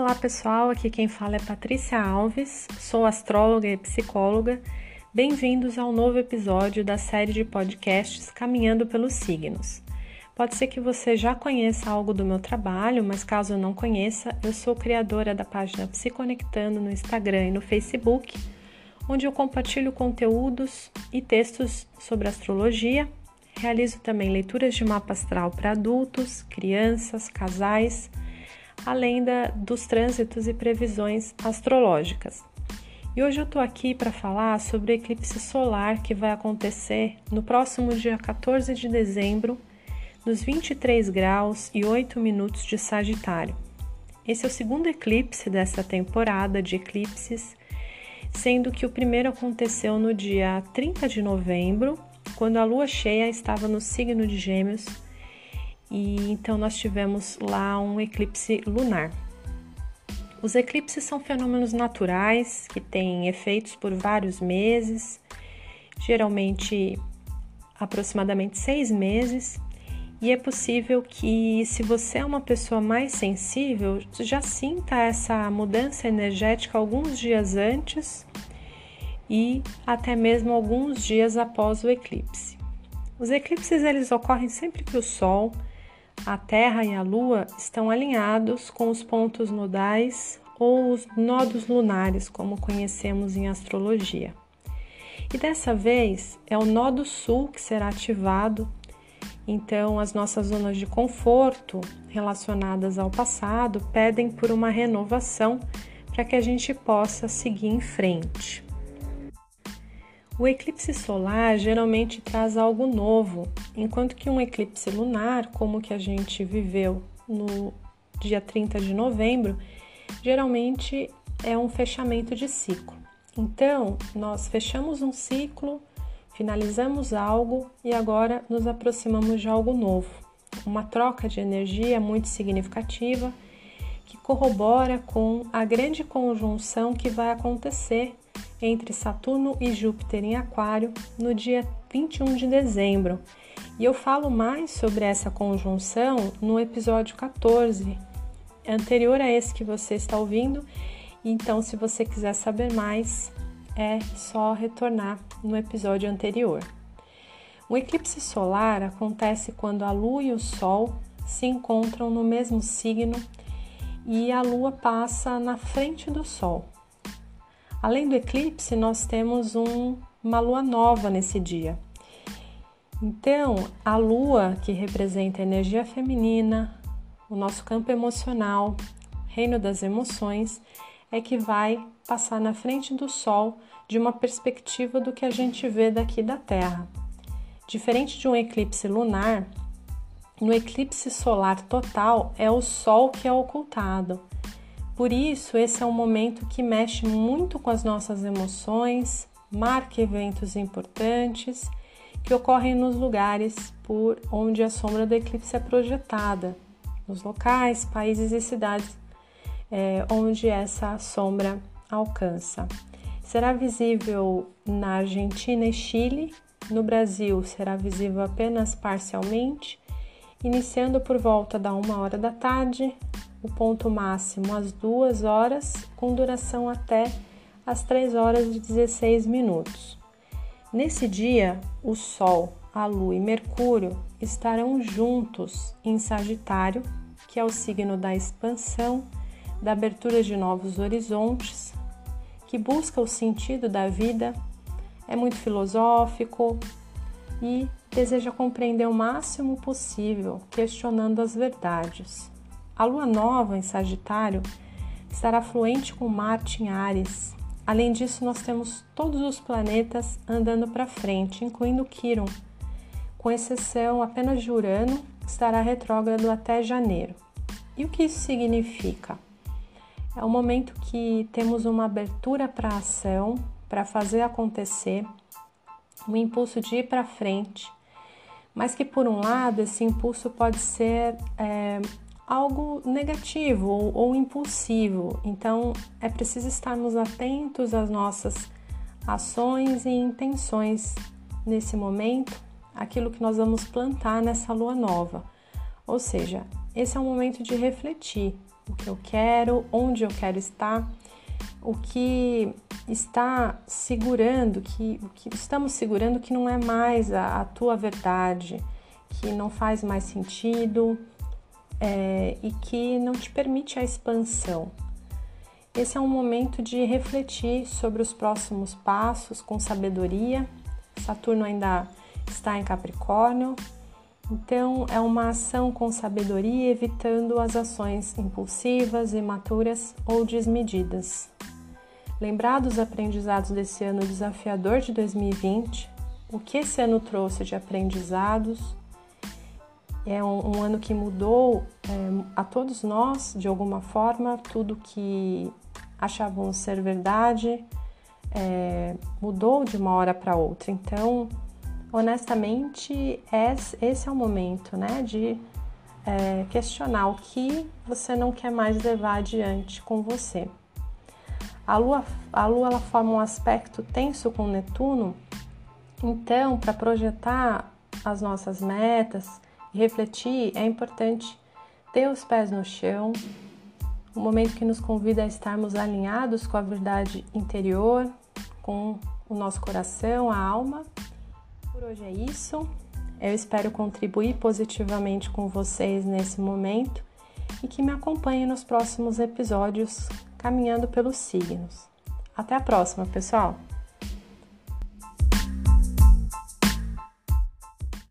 Olá pessoal, aqui quem fala é Patrícia Alves, sou astróloga e psicóloga. Bem-vindos ao novo episódio da série de podcasts Caminhando pelos Signos. Pode ser que você já conheça algo do meu trabalho, mas caso não conheça, eu sou criadora da página Psiconectando no Instagram e no Facebook, onde eu compartilho conteúdos e textos sobre astrologia. Realizo também leituras de mapa astral para adultos, crianças, casais, além dos trânsitos e previsões astrológicas. E hoje eu estou aqui para falar sobre o eclipse solar que vai acontecer no próximo dia 14 de dezembro, nos 23 graus e 8 minutos de Sagitário. Esse é o segundo eclipse dessa temporada de eclipses, sendo que o primeiro aconteceu no dia 30 de novembro, quando a lua cheia estava no signo de Gêmeos, e então nós tivemos lá um eclipse lunar. Os eclipses são fenômenos naturais que têm efeitos por vários meses, geralmente aproximadamente 6 meses, e é possível que, se você é uma pessoa mais sensível, já sinta essa mudança energética alguns dias antes e até mesmo alguns dias após o eclipse. Os eclipses eles ocorrem sempre que o Sol, a Terra e a Lua estão alinhados com os pontos nodais ou os nodos lunares, como conhecemos em astrologia. E dessa vez é o nodo sul que será ativado, então as nossas zonas de conforto relacionadas ao passado pedem por uma renovação para que a gente possa seguir em frente. O eclipse solar geralmente traz algo novo, enquanto que um eclipse lunar, como o que a gente viveu no dia 30 de novembro, geralmente é um fechamento de ciclo. Então, nós fechamos um ciclo, finalizamos algo e agora nos aproximamos de algo novo. Uma troca de energia muito significativa que corrobora com a grande conjunção que vai acontecer entre Saturno e Júpiter em Aquário no dia 21 de dezembro. E eu falo mais sobre essa conjunção no episódio 14, anterior a esse que você está ouvindo. Então, se você quiser saber mais, é só retornar no episódio anterior. O eclipse solar acontece quando a Lua e o Sol se encontram no mesmo signo e a Lua passa na frente do Sol. Além do eclipse, nós temos uma lua nova nesse dia. Então, a lua, que representa a energia feminina, o nosso campo emocional, reino das emoções, é que vai passar na frente do Sol de uma perspectiva do que a gente vê daqui da Terra. Diferente de um eclipse lunar, no eclipse solar total é o Sol que é ocultado. Por isso, esse é um momento que mexe muito com as nossas emoções, marca eventos importantes que ocorrem nos lugares por onde a sombra do eclipse é projetada, nos locais, países e cidades onde essa sombra alcança. Será visível na Argentina e Chile, no Brasil será visível apenas parcialmente, iniciando por volta da 1h da tarde, o ponto máximo às 2 horas, com duração até às 3 horas e 16 minutos. Nesse dia, o Sol, a Lua e Mercúrio estarão juntos em Sagitário, que é o signo da expansão, da abertura de novos horizontes, que busca o sentido da vida, é muito filosófico e deseja compreender o máximo possível, questionando as verdades. A lua nova em Sagitário estará fluente com Marte em Áries. Além disso, nós temos todos os planetas andando para frente, incluindo Quirón, com exceção apenas de Urano, que estará retrógrado até janeiro. E o que isso significa? É um momento que temos uma abertura para a ação, para fazer acontecer, um impulso de ir para frente, mas que, por um lado, esse impulso pode ser algo negativo ou impulsivo. Então, é preciso estarmos atentos às nossas ações e intenções nesse momento, aquilo que nós vamos plantar nessa lua nova. Ou seja, esse é um momento de refletir, o que eu quero, onde eu quero estar, o que está segurando, o que estamos segurando que não é mais a tua verdade, que não faz mais sentido e que não te permite a expansão. Esse é um momento de refletir sobre os próximos passos com sabedoria. Saturno ainda está em Capricórnio, então é uma ação com sabedoria, evitando as ações impulsivas, imaturas ou desmedidas. Lembrar dos aprendizados desse ano desafiador de 2020, o que esse ano trouxe de aprendizados. É um ano que mudou a todos nós, de alguma forma, tudo que achávamos ser verdade mudou de uma hora para outra. Então, honestamente, esse é o momento, né, de questionar o que você não quer mais levar adiante com você. A Lua ela forma um aspecto tenso com Netuno, então, para projetar as nossas metas e refletir, é importante ter os pés no chão, um momento que nos convida a estarmos alinhados com a verdade interior, com o nosso coração, a alma. Por hoje é isso. Eu espero contribuir positivamente com vocês nesse momento e que me acompanhem nos próximos episódios caminhando pelos signos. Até a próxima, pessoal!